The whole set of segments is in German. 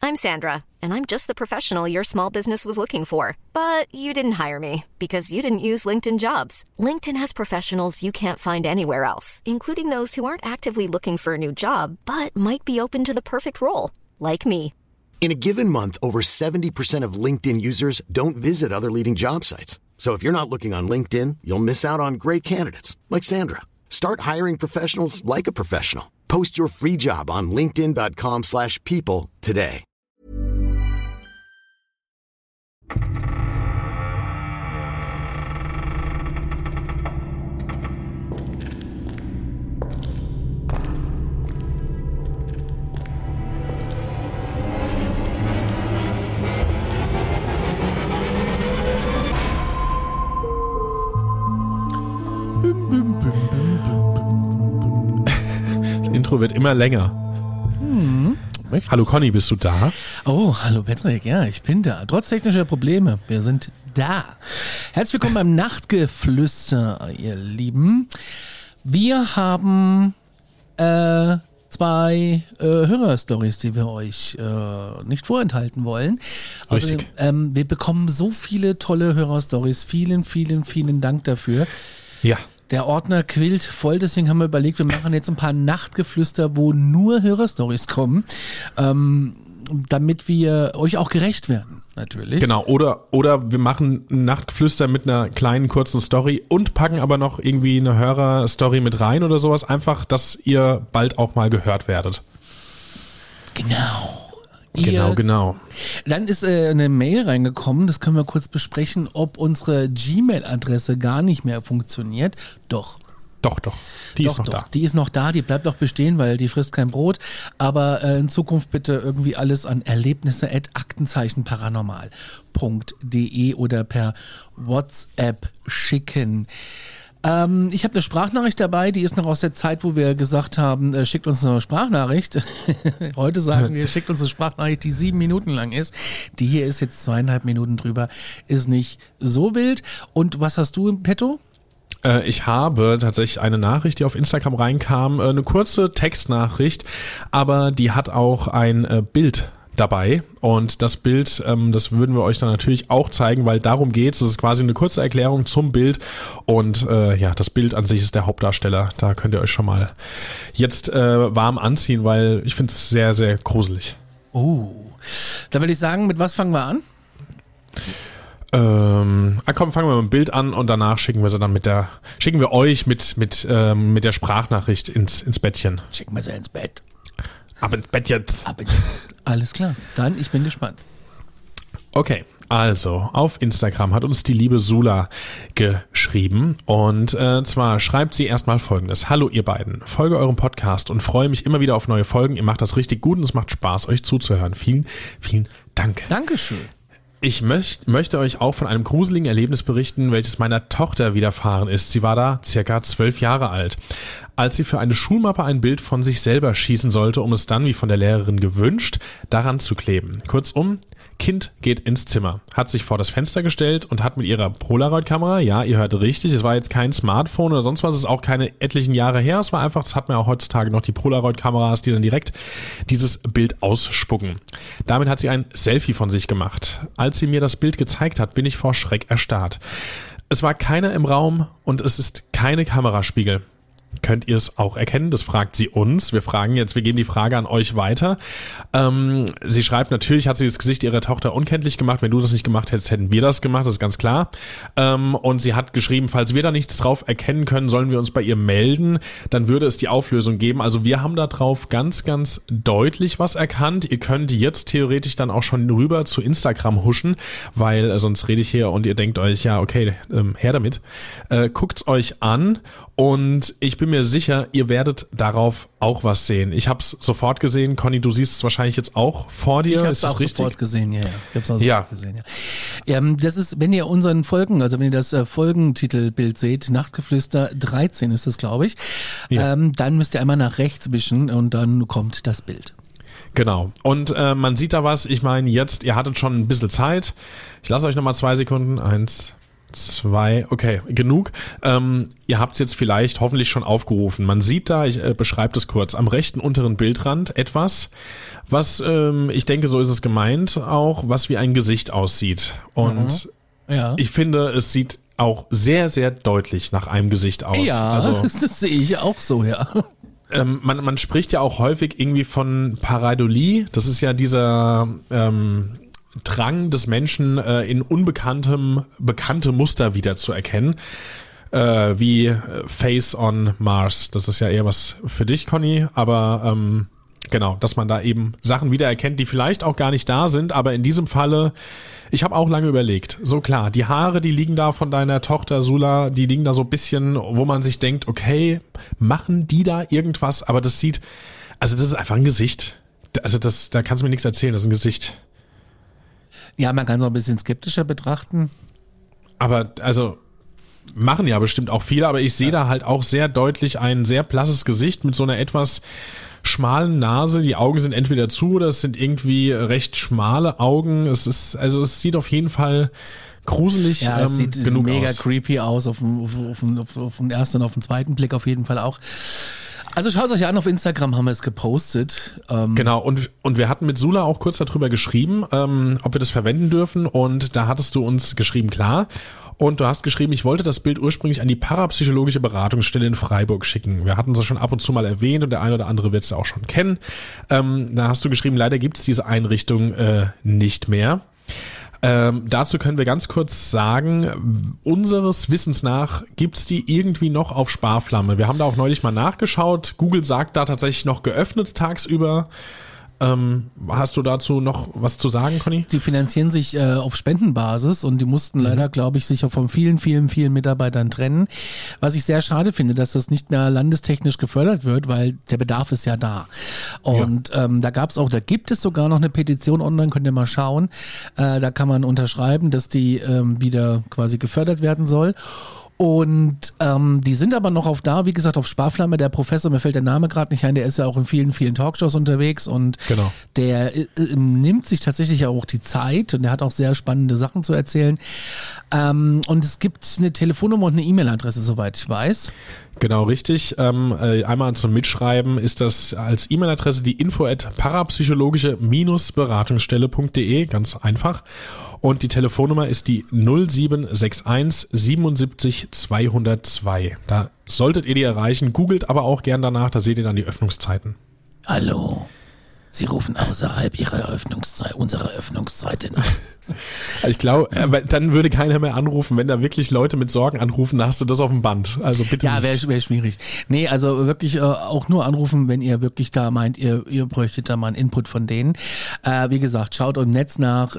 I'm Sandra, and I'm just the professional your small business was looking for. But you didn't hire me because you didn't use LinkedIn Jobs. LinkedIn has professionals you can't find anywhere else, including those who aren't actively looking for a new job, but might be open to the perfect role, like me. In a given month, over 70% of LinkedIn users don't visit other leading job sites. So if you're not looking on LinkedIn, you'll miss out on great candidates like Sandra. Start hiring professionals like a professional. Post your free job on linkedin.com/people today. Das Intro wird immer länger. Hallo Conny, bist du da? Oh, hallo Patrick, ja, ich bin da. Trotz technischer Probleme, wir sind da. Herzlich willkommen beim Nachtgeflüster, ihr Lieben. Wir haben zwei Hörerstories, die wir euch nicht vorenthalten wollen. Richtig. Also, wir bekommen so viele tolle Hörerstories. Vielen, vielen, vielen Dank dafür. Ja. Der Ordner quillt voll, deswegen haben wir überlegt, wir machen jetzt ein paar Nachtgeflüster, wo nur Hörerstories kommen, damit wir euch auch gerecht werden, natürlich. Genau, oder wir machen ein Nachtgeflüster mit einer kleinen, kurzen Story und packen aber noch irgendwie eine Hörerstory mit rein oder sowas, einfach, dass ihr bald auch mal gehört werdet. Genau. Dann ist eine Mail reingekommen, das können wir kurz besprechen, ob unsere Gmail-Adresse gar nicht mehr funktioniert. Doch. Die ist noch da. Die ist noch da, die bleibt auch bestehen, weil die frisst kein Brot. Aber in Zukunft bitte irgendwie alles an erlebnisse@aktenzeichenparanormal.de oder per WhatsApp schicken. Ich habe eine Sprachnachricht dabei, die ist noch aus der Zeit, wo wir gesagt haben, schickt uns eine Sprachnachricht. Heute sagen wir, schickt uns eine Sprachnachricht, die 7 Minuten lang ist. Die hier ist jetzt 2,5 Minuten drüber, ist nicht so wild. Und was hast du im Petto? Ich habe tatsächlich eine Nachricht, die auf Instagram reinkam, eine kurze Textnachricht, aber die hat auch ein Bild dabei und das Bild, das würden wir euch dann natürlich auch zeigen, weil darum geht's. Das ist quasi eine kurze Erklärung zum Bild und das Bild an sich ist der Hauptdarsteller. Da könnt ihr euch schon mal jetzt warm anziehen, weil ich finde es sehr, sehr gruselig. Da würde ich sagen, mit was fangen wir an? Fangen wir mit dem Bild an und danach schicken wir euch mit der Sprachnachricht ins Bettchen. Schicken wir sie ins Bett. Ab ins Bett jetzt. Alles klar, dann ich bin gespannt. Okay, also auf Instagram hat uns die liebe Sula geschrieben und zwar schreibt sie erstmal Folgendes. Hallo ihr beiden, folge eurem Podcast und freue mich immer wieder auf neue Folgen. Ihr macht das richtig gut und es macht Spaß, euch zuzuhören. Vielen, vielen Dank. Dankeschön. Ich möchte euch auch von einem gruseligen Erlebnis berichten, welches meiner Tochter widerfahren ist. Sie war da circa 12 Jahre alt. Als sie für eine Schulmappe ein Bild von sich selber schießen sollte, um es dann, wie von der Lehrerin gewünscht, daran zu kleben. Kurzum, Kind geht ins Zimmer, hat sich vor das Fenster gestellt und hat mit ihrer Polaroid-Kamera, ja, ihr hört richtig, es war jetzt kein Smartphone oder sonst was, es ist auch keine etlichen Jahre her, es war einfach, das hat man auch heutzutage noch die Polaroid-Kameras, die dann direkt dieses Bild ausspucken. Damit hat sie ein Selfie von sich gemacht. Als sie mir das Bild gezeigt hat, bin ich vor Schreck erstarrt. Es war keiner im Raum und es ist keine Kameraspiegel. Könnt ihr es auch erkennen? Das fragt sie uns. Wir geben die Frage an euch weiter. Sie schreibt, natürlich hat sie das Gesicht ihrer Tochter unkenntlich gemacht. Wenn du das nicht gemacht hättest, hätten wir das gemacht, das ist ganz klar. Und sie hat geschrieben, falls wir da nichts drauf erkennen können, sollen wir uns bei ihr melden. Dann würde es die Auflösung geben. Also wir haben da drauf ganz, ganz deutlich was erkannt. Ihr könnt jetzt theoretisch dann auch schon rüber zu Instagram huschen, weil sonst rede ich hier und ihr denkt euch, ja okay, her damit. Guckt's euch an. Und ich bin mir sicher, ihr werdet darauf auch was sehen. Ich habe es sofort gesehen. Conny, du siehst es wahrscheinlich jetzt auch vor dir. Ich habe es auch richtig? Sofort gesehen, ja. Ich habe es auch sofort gesehen, ja. Das ist, wenn ihr unseren Folgen, also wenn ihr das Folgentitelbild seht, Nachtgeflüster 13 ist das, glaube ich, dann müsst ihr einmal nach rechts wischen und dann kommt das Bild. Genau. Und man sieht da was. Ich meine, jetzt, ihr hattet schon ein bisschen Zeit. Ich lasse euch nochmal 2 Sekunden. 1, Okay, genug. Ihr habt es jetzt vielleicht hoffentlich schon aufgerufen. Man sieht da, ich beschreibe das kurz, am rechten unteren Bildrand etwas, was, ich denke, so ist es gemeint, auch was wie ein Gesicht aussieht. Und ich finde, es sieht auch sehr, sehr deutlich nach einem Gesicht aus. Ja, also, das sehe ich auch so, ja. Man spricht ja auch häufig irgendwie von Pareidolie. Das ist ja dieser Drang des Menschen, in bekannte Muster wiederzuerkennen, wie Face on Mars. Das ist ja eher was für dich, Conny, aber genau, dass man da eben Sachen wiedererkennt, die vielleicht auch gar nicht da sind, aber in diesem Falle, ich habe auch lange überlegt, so klar, die Haare, die liegen da von deiner Tochter Sula, die liegen da so ein bisschen, wo man sich denkt, okay, machen die da irgendwas, aber das sieht, also das ist einfach ein Gesicht, also da kannst du mir nichts erzählen, das ist ein Gesicht. Ja, man kann es auch ein bisschen skeptischer betrachten. Aber, also, machen ja bestimmt auch viele, aber ich sehe da halt auch sehr deutlich ein sehr blasses Gesicht mit so einer etwas schmalen Nase. Die Augen sind entweder zu oder es sind irgendwie recht schmale Augen. Es sieht auf jeden Fall gruselig es sieht genug mega aus. Creepy aus, auf den ersten und auf den zweiten Blick auf jeden Fall auch. Also schaut es euch an, auf Instagram haben wir es gepostet. Genau, und wir hatten mit Sula auch kurz darüber geschrieben, ob wir das verwenden dürfen, und da hattest du uns geschrieben, klar. Und du hast geschrieben, ich wollte das Bild ursprünglich an die parapsychologische Beratungsstelle in Freiburg schicken. Wir hatten es schon ab und zu mal erwähnt und der eine oder andere wird es ja auch schon kennen. Da hast du geschrieben, leider gibt es diese Einrichtung nicht mehr. Dazu können wir ganz kurz sagen, unseres Wissens nach gibt's die irgendwie noch auf Sparflamme. Wir haben da auch neulich mal nachgeschaut. Google sagt da tatsächlich noch geöffnet tagsüber. Hast du dazu noch was zu sagen, Conny? Die finanzieren sich auf Spendenbasis und die mussten leider, glaube ich, sich auch von vielen Mitarbeitern trennen. Was ich sehr schade finde, dass das nicht mehr landestechnisch gefördert wird, weil der Bedarf ist ja da. Und da gibt es sogar noch eine Petition online, könnt ihr mal schauen. Da kann man unterschreiben, dass die wieder quasi gefördert werden soll. Und die sind aber noch wie gesagt, auf Sparflamme. Der Professor, mir fällt der Name gerade nicht ein, der ist ja auch in vielen Talkshows unterwegs und der nimmt sich tatsächlich auch die Zeit und der hat auch sehr spannende Sachen zu erzählen. Und es gibt eine Telefonnummer und eine E-Mail-Adresse, soweit ich weiß. Genau, richtig. Einmal zum Mitschreiben ist das als E-Mail-Adresse die info@parapsychologische-beratungsstelle.de, ganz einfach. Und die Telefonnummer ist die 0761 77 202. Da solltet ihr die erreichen. Googelt aber auch gern danach, da seht ihr dann die Öffnungszeiten. Hallo, Sie rufen außerhalb unserer Öffnungszeiten an. Ich glaube, dann würde keiner mehr anrufen, wenn da wirklich Leute mit Sorgen anrufen, da hast du das auf dem Band. Also bitte nicht. Ja, wäre schwierig. Nee, also wirklich auch nur anrufen, wenn ihr wirklich da meint, ihr bräuchtet da mal einen Input von denen. Wie gesagt, schaut im Netz nach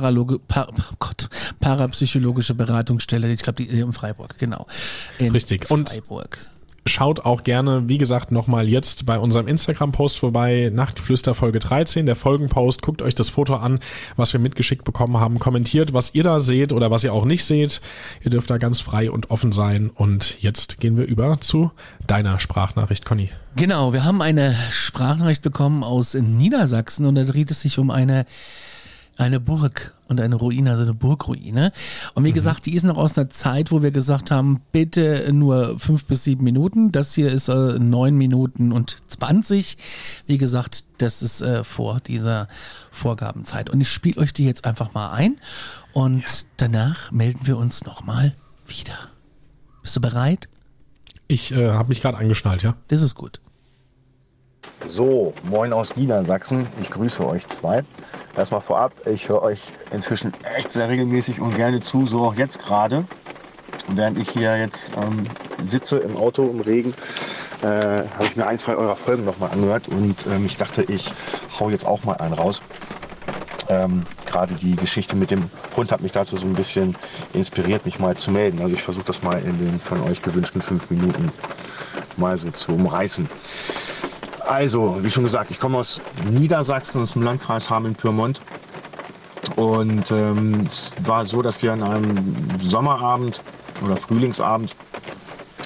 parapsychologische Beratungsstelle, ich glaube, die in Freiburg, genau. Richtig. Freiburg. Schaut auch gerne, wie gesagt, nochmal jetzt bei unserem Instagram-Post vorbei, Nachtgeflüster Folge 13, der Folgenpost. Guckt euch das Foto an, was wir mitgeschickt bekommen haben. Kommentiert, was ihr da seht oder was ihr auch nicht seht. Ihr dürft da ganz frei und offen sein. Und jetzt gehen wir über zu deiner Sprachnachricht, Conny. Genau, wir haben eine Sprachnachricht bekommen aus Niedersachsen und da dreht es sich um eine Burg und eine Ruine, also eine Burgruine. Und wie gesagt, die ist noch aus einer Zeit, wo wir gesagt haben, bitte nur 5 bis 7 Minuten. Das hier ist 9 Minuten und 20. Wie gesagt, das ist vor dieser Vorgabenzeit. Und ich spiele euch die jetzt einfach mal ein und danach melden wir uns nochmal wieder. Bist du bereit? Ich habe mich gerade angeschnallt, ja. Das ist gut. So, moin aus Niedersachsen. Ich grüße euch zwei. Erstmal vorab, ich höre euch inzwischen echt sehr regelmäßig und gerne zu, so auch jetzt gerade. Während ich hier jetzt sitze im Auto im Regen, habe ich mir 1, 2 eurer Folgen nochmal angehört und ich dachte, ich hau jetzt auch mal einen raus. Gerade die Geschichte mit dem Hund hat mich dazu so ein bisschen inspiriert, mich mal zu melden. Also ich versuche das mal in den von euch gewünschten 5 Minuten mal so zu umreißen. Also, wie schon gesagt, ich komme aus Niedersachsen, aus dem Landkreis Hameln-Pyrmont. Und es war so, dass wir an einem Sommerabend oder Frühlingsabend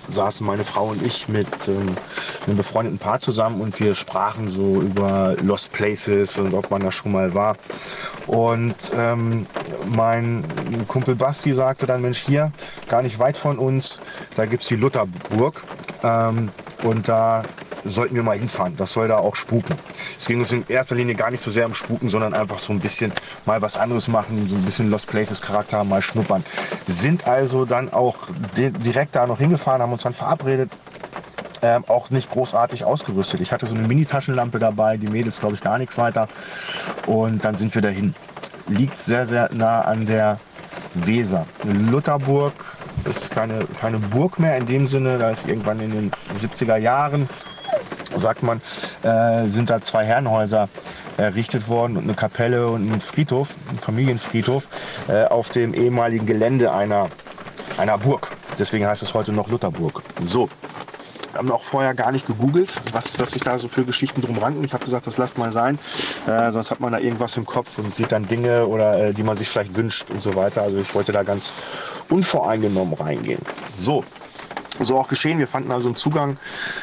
saßen meine Frau und ich mit einem befreundeten Paar zusammen und wir sprachen so über Lost Places und ob man da schon mal war. Und mein Kumpel Basti sagte dann, Mensch, hier, gar nicht weit von uns, da gibt's die Lutherburg und da sollten wir mal hinfahren. Das soll da auch spuken. Es ging uns in erster Linie gar nicht so sehr um Spuken, sondern einfach so ein bisschen mal was anderes machen, so ein bisschen Lost Places Charakter mal schnuppern. Sind also dann auch direkt da noch hingefahren, haben uns dann verabredet. Auch nicht großartig ausgerüstet. Ich hatte so eine Mini-Taschenlampe dabei, die Mädels glaube ich gar nichts weiter. Und dann sind wir dahin. Liegt sehr, sehr nah an der Weser. Lutherburg ist keine Burg mehr in dem Sinne. Da ist irgendwann in den 70er Jahren, sagt man, sind da 2 Herrenhäuser errichtet worden und eine Kapelle und ein Friedhof, ein Familienfriedhof, auf dem ehemaligen Gelände einer Burg. Deswegen heißt es heute noch Lutherburg. So. Haben auch vorher gar nicht gegoogelt, was sich da so für Geschichten drum ranken. Ich habe gesagt, das lasst mal sein, sonst hat man da irgendwas im Kopf und sieht dann Dinge oder die man sich vielleicht wünscht und so weiter. Also ich wollte da ganz unvoreingenommen reingehen. So auch geschehen. Wir fanden also einen Zugang,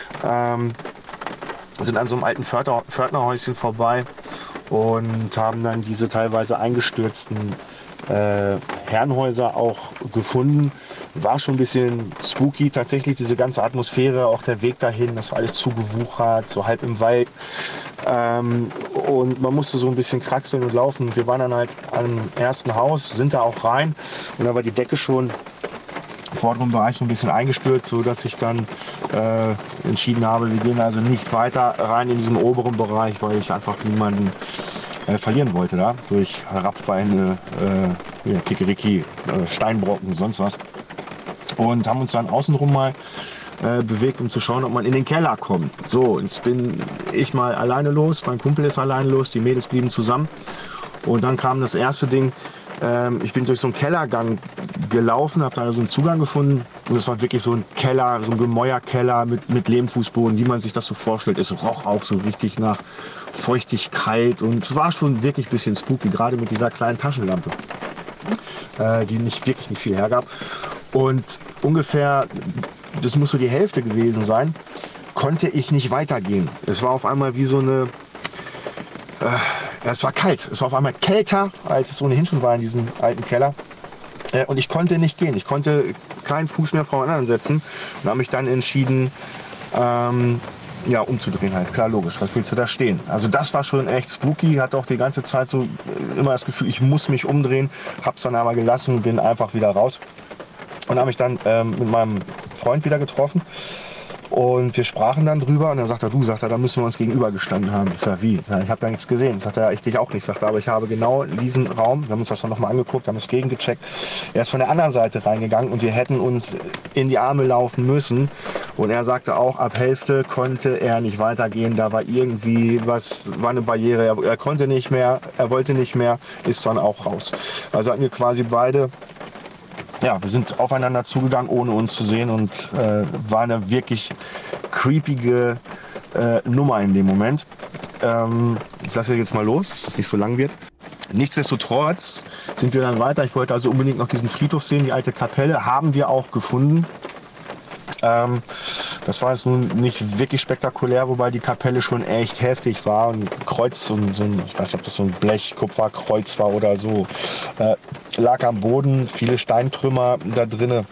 sind an so einem alten Pförtnerhäuschen vorbei und haben dann diese teilweise eingestürzten Herrenhäuser auch gefunden. War schon ein bisschen spooky, tatsächlich diese ganze Atmosphäre, auch der Weg dahin, das war alles zugewuchert, so halb im Wald. Und man musste so ein bisschen kraxeln und laufen. Wir waren dann halt am ersten Haus, sind da auch rein und da war die Decke schon im vorderen Bereich so ein bisschen eingestürzt, so dass ich dann entschieden habe, wir gehen also nicht weiter rein in diesen oberen Bereich, weil ich einfach niemanden verlieren wollte da durch herabfallende Kikeriki, Steinbrocken und sonst was. Und haben uns dann außenrum mal bewegt, um zu schauen, ob man in den Keller kommt. So, jetzt bin ich mal alleine los, mein Kumpel ist alleine los, die Mädels blieben zusammen. Und dann kam das erste Ding, ich bin durch so einen Kellergang gelaufen, habe da so einen Zugang gefunden und es war wirklich so ein Keller, so ein Gemäuerkeller mit Lehmfußboden, wie man sich das so vorstellt. Es roch auch so richtig nach Feuchtigkeit und es war schon wirklich ein bisschen spooky, gerade mit dieser kleinen Taschenlampe, die wirklich nicht viel hergab. Und ungefähr, das muss so die Hälfte gewesen sein, konnte ich nicht weitergehen. Es war auf einmal wie so eine, es war kalt. Es war auf einmal kälter, als es ohnehin schon war in diesem alten Keller. Und ich konnte nicht gehen. Ich konnte keinen Fuß mehr vor den anderen setzen und habe mich dann entschieden, umzudrehen halt. Klar, logisch. Was willst du da stehen? Also das war schon echt spooky. Hatte auch die ganze Zeit so immer das Gefühl, ich muss mich umdrehen. Hab's dann aber gelassen und bin einfach wieder raus. Und habe mich dann mit meinem Freund wieder getroffen. Und wir sprachen dann drüber und dann sagt er, da müssen wir uns gegenüber gestanden haben. Ich sag, wie? Ja, ich habe da nichts gesehen. Sagt er, ich dich auch nicht. Sagt er, aber ich habe genau diesen Raum, wir haben uns das dann nochmal angeguckt, haben es gegengecheckt. Er ist von der anderen Seite reingegangen und wir hätten uns in die Arme laufen müssen. Und er sagte auch, ab Hälfte konnte er nicht weitergehen. Da war irgendwie war eine Barriere. Er konnte nicht mehr, er wollte nicht mehr, ist dann auch raus. Also hatten wir quasi beide, wir sind aufeinander zugegangen, ohne uns zu sehen und war eine wirklich creepige Nummer in dem Moment. Ich lasse jetzt mal los, dass es nicht so lang wird. Nichtsdestotrotz sind wir dann weiter. Ich wollte also unbedingt noch diesen Friedhof sehen, die alte Kapelle, haben wir auch gefunden. Das war jetzt nun nicht wirklich spektakulär, wobei die Kapelle schon echt heftig war. Ein Kreuz, so ein, ich weiß nicht, ob das so ein Blech-Kupferkreuz war oder so, lag am Boden, viele Steintrümmer da drinne.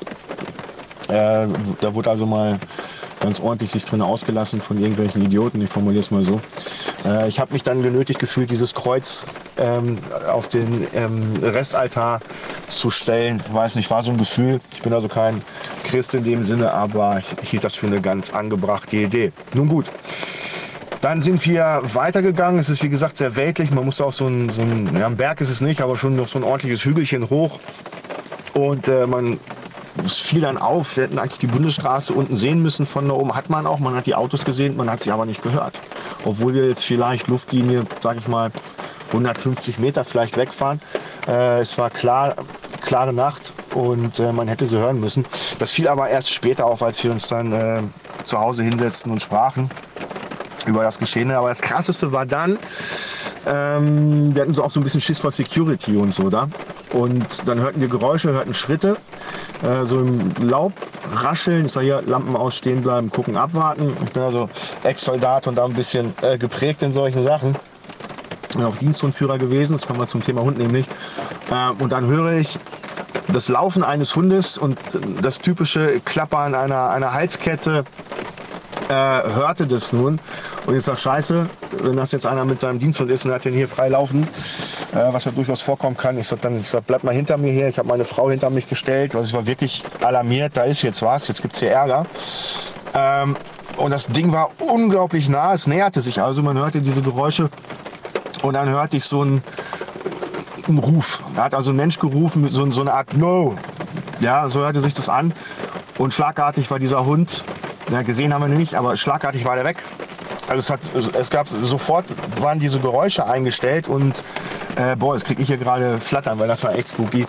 Da wurde also mal ganz ordentlich sich drin ausgelassen von irgendwelchen Idioten, ich formuliere es mal so. Ich habe mich dann genötigt gefühlt, dieses Kreuz auf den Restaltar zu stellen. Ich weiß nicht, war so ein Gefühl. Ich bin also kein Christ in dem Sinne, aber ich hielt das für eine ganz angebrachte Idee. Nun gut. Dann sind wir weitergegangen. Es ist wie gesagt sehr weltlich. Man musste auch ein Berg ist es nicht, aber schon noch so ein ordentliches Hügelchen hoch. Und es fiel dann auf, wir hätten eigentlich die Bundesstraße unten sehen müssen von da oben. Hat man auch, man hat die Autos gesehen, man hat sie aber nicht gehört. Obwohl wir jetzt vielleicht Luftlinie, sage ich mal, 150 Meter vielleicht wegfahren. Es war klare Nacht und man hätte sie hören müssen. Das fiel aber erst später auf, als wir uns dann zu Hause hinsetzten und sprachen. über das Geschehene. Aber das Krasseste war dann, wir hatten so auch so ein bisschen Schiss vor Security und so da. Und dann hörten wir Geräusche, hörten Schritte, so im Laub rascheln. Ich sag hier, Lampen aus, stehen bleiben, gucken, abwarten. Ich bin also Ex-Soldat und da ein bisschen geprägt in solchen Sachen. Bin auch Diensthundführer gewesen, das kommen wir zum Thema Hund nämlich. Und dann höre ich das Laufen eines Hundes und das typische Klappern einer Halskette. Hörte das nun und ich sag, scheiße, wenn das jetzt einer mit seinem Diensthund ist und hat den hier frei laufen, was ja durchaus vorkommen kann. Ich sag, bleib mal hinter mir her. Ich habe meine Frau hinter mich gestellt, also ich war wirklich alarmiert, da ist jetzt was, jetzt gibt's hier Ärger. Und das Ding war unglaublich nah, es näherte sich also, man hörte diese Geräusche und dann hörte ich so einen Ruf. Da hat also ein Mensch gerufen, so eine Art No. Ja, so hörte sich das an und schlagartig war dieser Hund, ja, gesehen haben wir nicht, aber schlagartig war der weg. Also es gab sofort, waren diese Geräusche eingestellt und jetzt kriege ich hier gerade Flattern, weil das war echt spooky.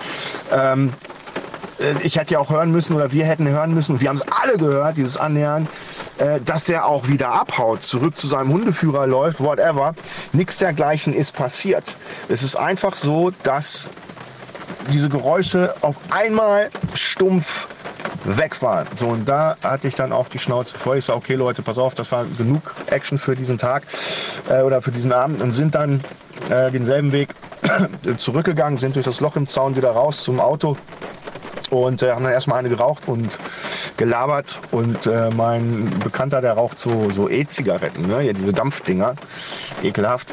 Ich hätte ja auch hören müssen oder wir hätten hören müssen, und wir haben es alle gehört, dieses Annähern, dass er auch wieder abhaut, zurück zu seinem Hundeführer läuft, whatever. Nichts dergleichen ist passiert. Es ist einfach so, dass diese Geräusche auf einmal stumpf weg waren. So, und da hatte ich dann auch die Schnauze voll. Ich sag, okay Leute, pass auf, das war genug Action für diesen Tag oder für diesen Abend und sind dann denselben Weg zurückgegangen, sind durch das Loch im Zaun wieder raus zum Auto und haben dann erstmal eine geraucht und gelabert und mein Bekannter, der raucht so E-Zigaretten, ne? Ja, diese Dampfdinger, ekelhaft.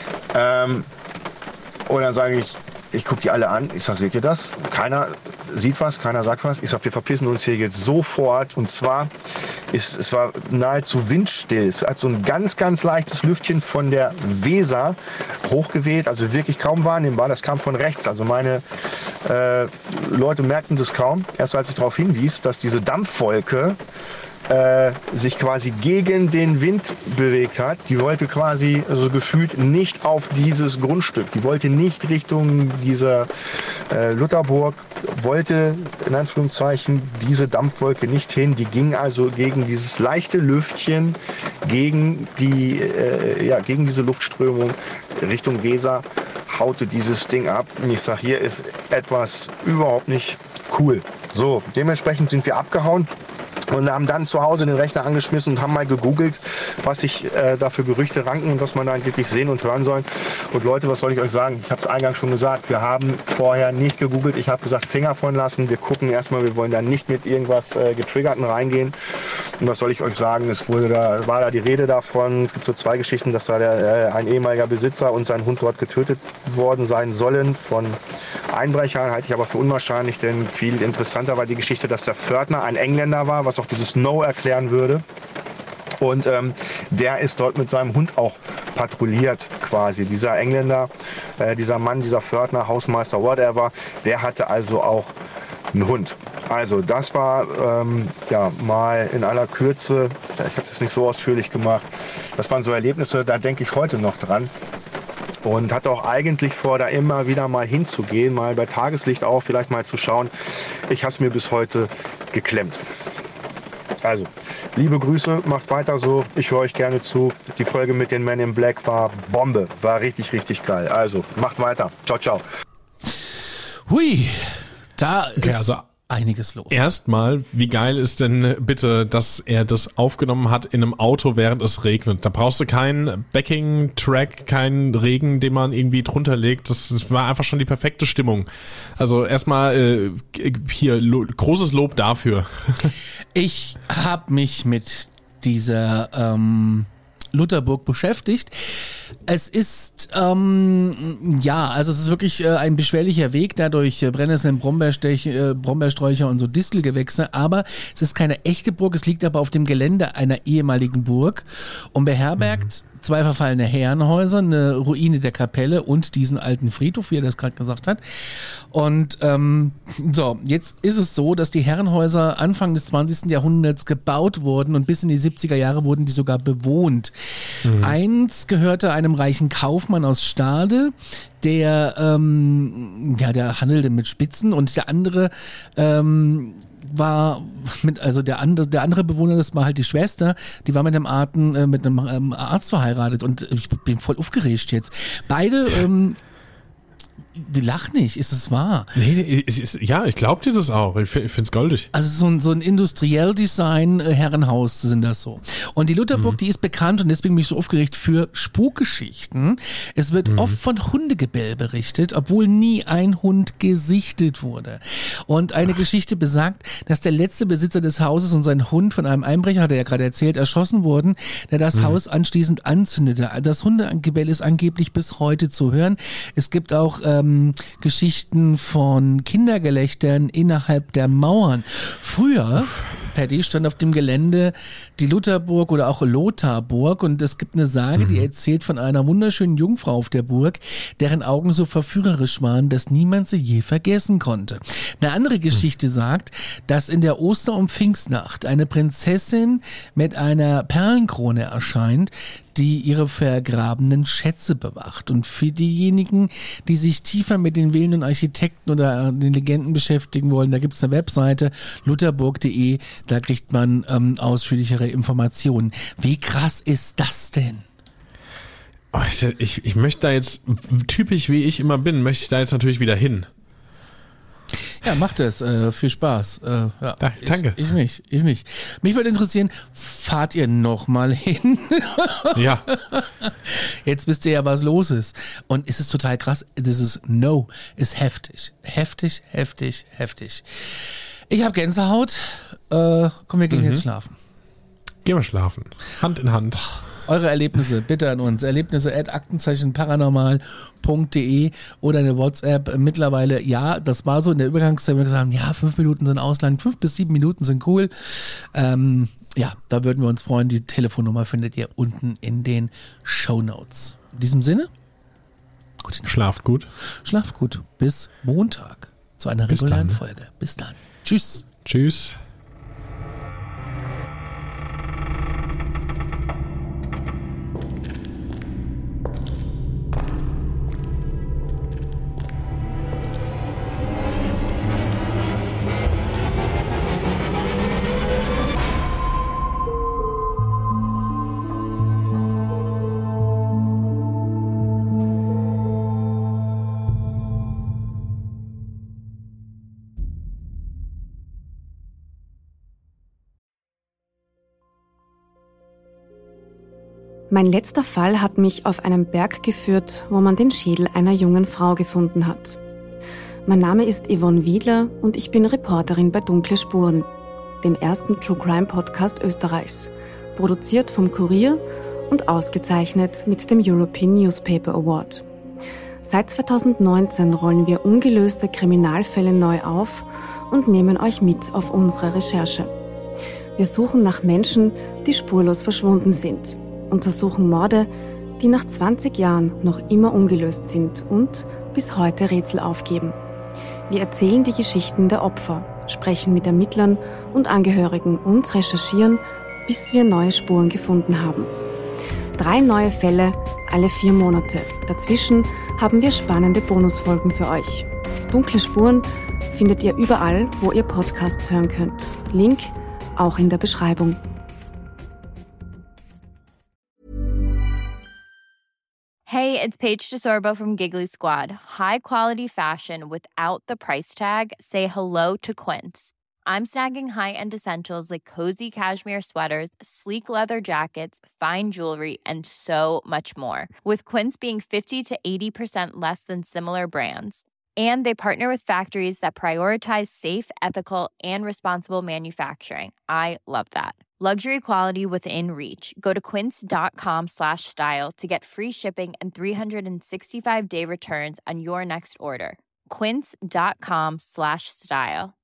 Und dann sage ich gucke die alle an, ich sag, seht ihr das? Keiner sieht was, keiner sagt was. Ich sag, wir verpissen uns hier jetzt sofort. Und zwar, es war nahezu windstill. Es hat so ein ganz, ganz leichtes Lüftchen von der Weser hochgeweht, also wirklich kaum wahrnehmbar. Das kam von rechts. Also meine Leute merkten das kaum. Erst als ich darauf hinwies, dass diese Dampfwolke sich quasi gegen den Wind bewegt hat. Die wollte quasi, also gefühlt, nicht auf dieses Grundstück. Die wollte nicht Richtung dieser Lutherburg, wollte in Anführungszeichen diese Dampfwolke nicht hin. Die ging also gegen dieses leichte Lüftchen, gegen diese Luftströmung Richtung Weser, haute dieses Ding ab. Und ich sag, hier ist etwas überhaupt nicht cool. So, dementsprechend sind wir abgehauen. Und haben dann zu Hause den Rechner angeschmissen und haben mal gegoogelt, was sich da für Gerüchte ranken und was man da angeblich sehen und hören soll. Und Leute, was soll ich euch sagen? Ich habe es eingangs schon gesagt, wir haben vorher nicht gegoogelt. Ich habe gesagt, Finger von lassen. Wir gucken erstmal, wir wollen da nicht mit irgendwas Getriggerten reingehen. Und was soll ich euch sagen? War da die Rede davon. Es gibt so zwei Geschichten, dass da ein ehemaliger Besitzer und sein Hund dort getötet worden sein sollen von Einbrechern. Halte ich aber für unwahrscheinlich, denn viel interessanter war die Geschichte, dass der Pförtner ein Engländer war, was auch dieses No erklären würde. Und der ist dort mit seinem Hund auch patrouilliert quasi. Dieser Engländer, dieser Mann, dieser Pförtner, Hausmeister, whatever, der hatte also auch einen Hund. Also das war mal in aller Kürze, ich habe das nicht so ausführlich gemacht, das waren so Erlebnisse, da denke ich heute noch dran. Und hatte auch eigentlich vor, da immer wieder mal hinzugehen, mal bei Tageslicht auch, vielleicht mal zu schauen. Ich habe es mir bis heute geklemmt. Also, liebe Grüße, macht weiter so. Ich höre euch gerne zu. Die Folge mit den Men in Black war Bombe. War richtig, richtig geil. Also, macht weiter. Ciao, ciao. Hui, da ist einiges los. Erstmal, wie geil ist denn bitte, dass er das aufgenommen hat in einem Auto, während es regnet? Da brauchst du keinen Backing-Track, keinen Regen, den man irgendwie drunter legt. Das war einfach schon die perfekte Stimmung. Also erstmal hier großes Lob dafür. Ich habe mich mit dieser Lutherburg beschäftigt. Es ist, es ist wirklich ein beschwerlicher Weg, da durch Brennnesseln, Brombeersträucher und so Distelgewächse, aber es ist keine echte Burg, es liegt aber auf dem Gelände einer ehemaligen Burg und beherbergt zwei verfallene Herrenhäuser, eine Ruine der Kapelle und diesen alten Friedhof, wie er das gerade gesagt hat. Und jetzt ist es so, dass die Herrenhäuser Anfang des 20. Jahrhunderts gebaut wurden und bis in die 70er Jahre wurden die sogar bewohnt. Eins gehörte einem reichen Kaufmann aus Stade, der handelte mit Spitzen und der andere der andere Bewohner, das war halt die Schwester, die war mit einem Arzt verheiratet und ich bin voll aufgeregt jetzt. Beide, die lacht nicht, ist es wahr? Nee, ja, ich glaub dir das auch. Ich find's goldig. Also so ein industriell Design Herrenhaus sind das so. Und die Lutherburg, die ist bekannt und deswegen bin ich so aufgeregt für Spukgeschichten. Es wird oft von Hundegebell berichtet, obwohl nie ein Hund gesichtet wurde. Und eine Geschichte besagt, dass der letzte Besitzer des Hauses und sein Hund von einem Einbrecher, hat er ja gerade erzählt, erschossen wurden, der das Haus anschließend anzündete. Das Hundegebell ist angeblich bis heute zu hören. Es gibt auch Geschichten von Kindergelächtern innerhalb der Mauern. Früher, Paddy, stand auf dem Gelände die Lutherburg oder auch Lotharburg und es gibt eine Sage, die erzählt von einer wunderschönen Jungfrau auf der Burg, deren Augen so verführerisch waren, dass niemand sie je vergessen konnte. Eine andere Geschichte sagt, dass in der Oster- und Pfingstnacht eine Prinzessin mit einer Perlenkrone erscheint, die ihre vergrabenen Schätze bewacht. Und für diejenigen, die sich tiefer mit den Villen und Architekten oder den Legenden beschäftigen wollen, da gibt es eine Webseite, lutherburg.de, da kriegt man ausführlichere Informationen. Wie krass ist das denn? Oh, ich möchte da jetzt, typisch wie ich immer bin, möchte ich da jetzt natürlich wieder hin. Ja, macht es. Viel Spaß. Ja, danke. Ich nicht. Mich würde interessieren, fahrt ihr nochmal hin? Ja. Jetzt wisst ihr ja, was los ist. Und es ist total krass. Ist heftig. Heftig. Ich habe Gänsehaut. Komm, wir gehen jetzt schlafen. Gehen wir schlafen. Hand in Hand. Eure Erlebnisse bitte an uns. Erlebnisse@aktenzeichenparanormal.de oder eine WhatsApp. Mittlerweile, ja, das war so in der Übergangszeit, wir gesagt haben, ja, 5 Minuten sind auslang, 5 bis 7 Minuten sind cool. Ja, da würden wir uns freuen. Die Telefonnummer findet ihr unten in den Shownotes. In diesem Sinne, gute Nacht. Schlaft gut. Schlaft gut. Bis Montag zu einer regulären Folge. Bis dann. Tschüss. Tschüss. Mein letzter Fall hat mich auf einen Berg geführt, wo man den Schädel einer jungen Frau gefunden hat. Mein Name ist Yvonne Wiedler und ich bin Reporterin bei Dunkle Spuren, dem ersten True Crime Podcast Österreichs, produziert vom Kurier und ausgezeichnet mit dem European Newspaper Award. Seit 2019 rollen wir ungelöste Kriminalfälle neu auf und nehmen euch mit auf unsere Recherche. Wir suchen nach Menschen, die spurlos verschwunden sind, untersuchen Morde, die nach 20 Jahren noch immer ungelöst sind und bis heute Rätsel aufgeben. Wir erzählen die Geschichten der Opfer, sprechen mit Ermittlern und Angehörigen und recherchieren, bis wir neue Spuren gefunden haben. 3 neue Fälle alle 4 Monate. Dazwischen haben wir spannende Bonusfolgen für euch. Dunkle Spuren findet ihr überall, wo ihr Podcasts hören könnt. Link auch in der Beschreibung. Hey, it's Paige DeSorbo from Giggly Squad. High quality fashion without the price tag. Say hello to Quince. I'm snagging high-end essentials like cozy cashmere sweaters, sleek leather jackets, fine jewelry, and so much more. With Quince being 50 to 80% less than similar brands. And they partner with factories that prioritize safe, ethical, and responsible manufacturing. I love that. Luxury quality within reach. Go to quince.com/style to get free shipping and 365-day returns on your next order. Quince.com/style.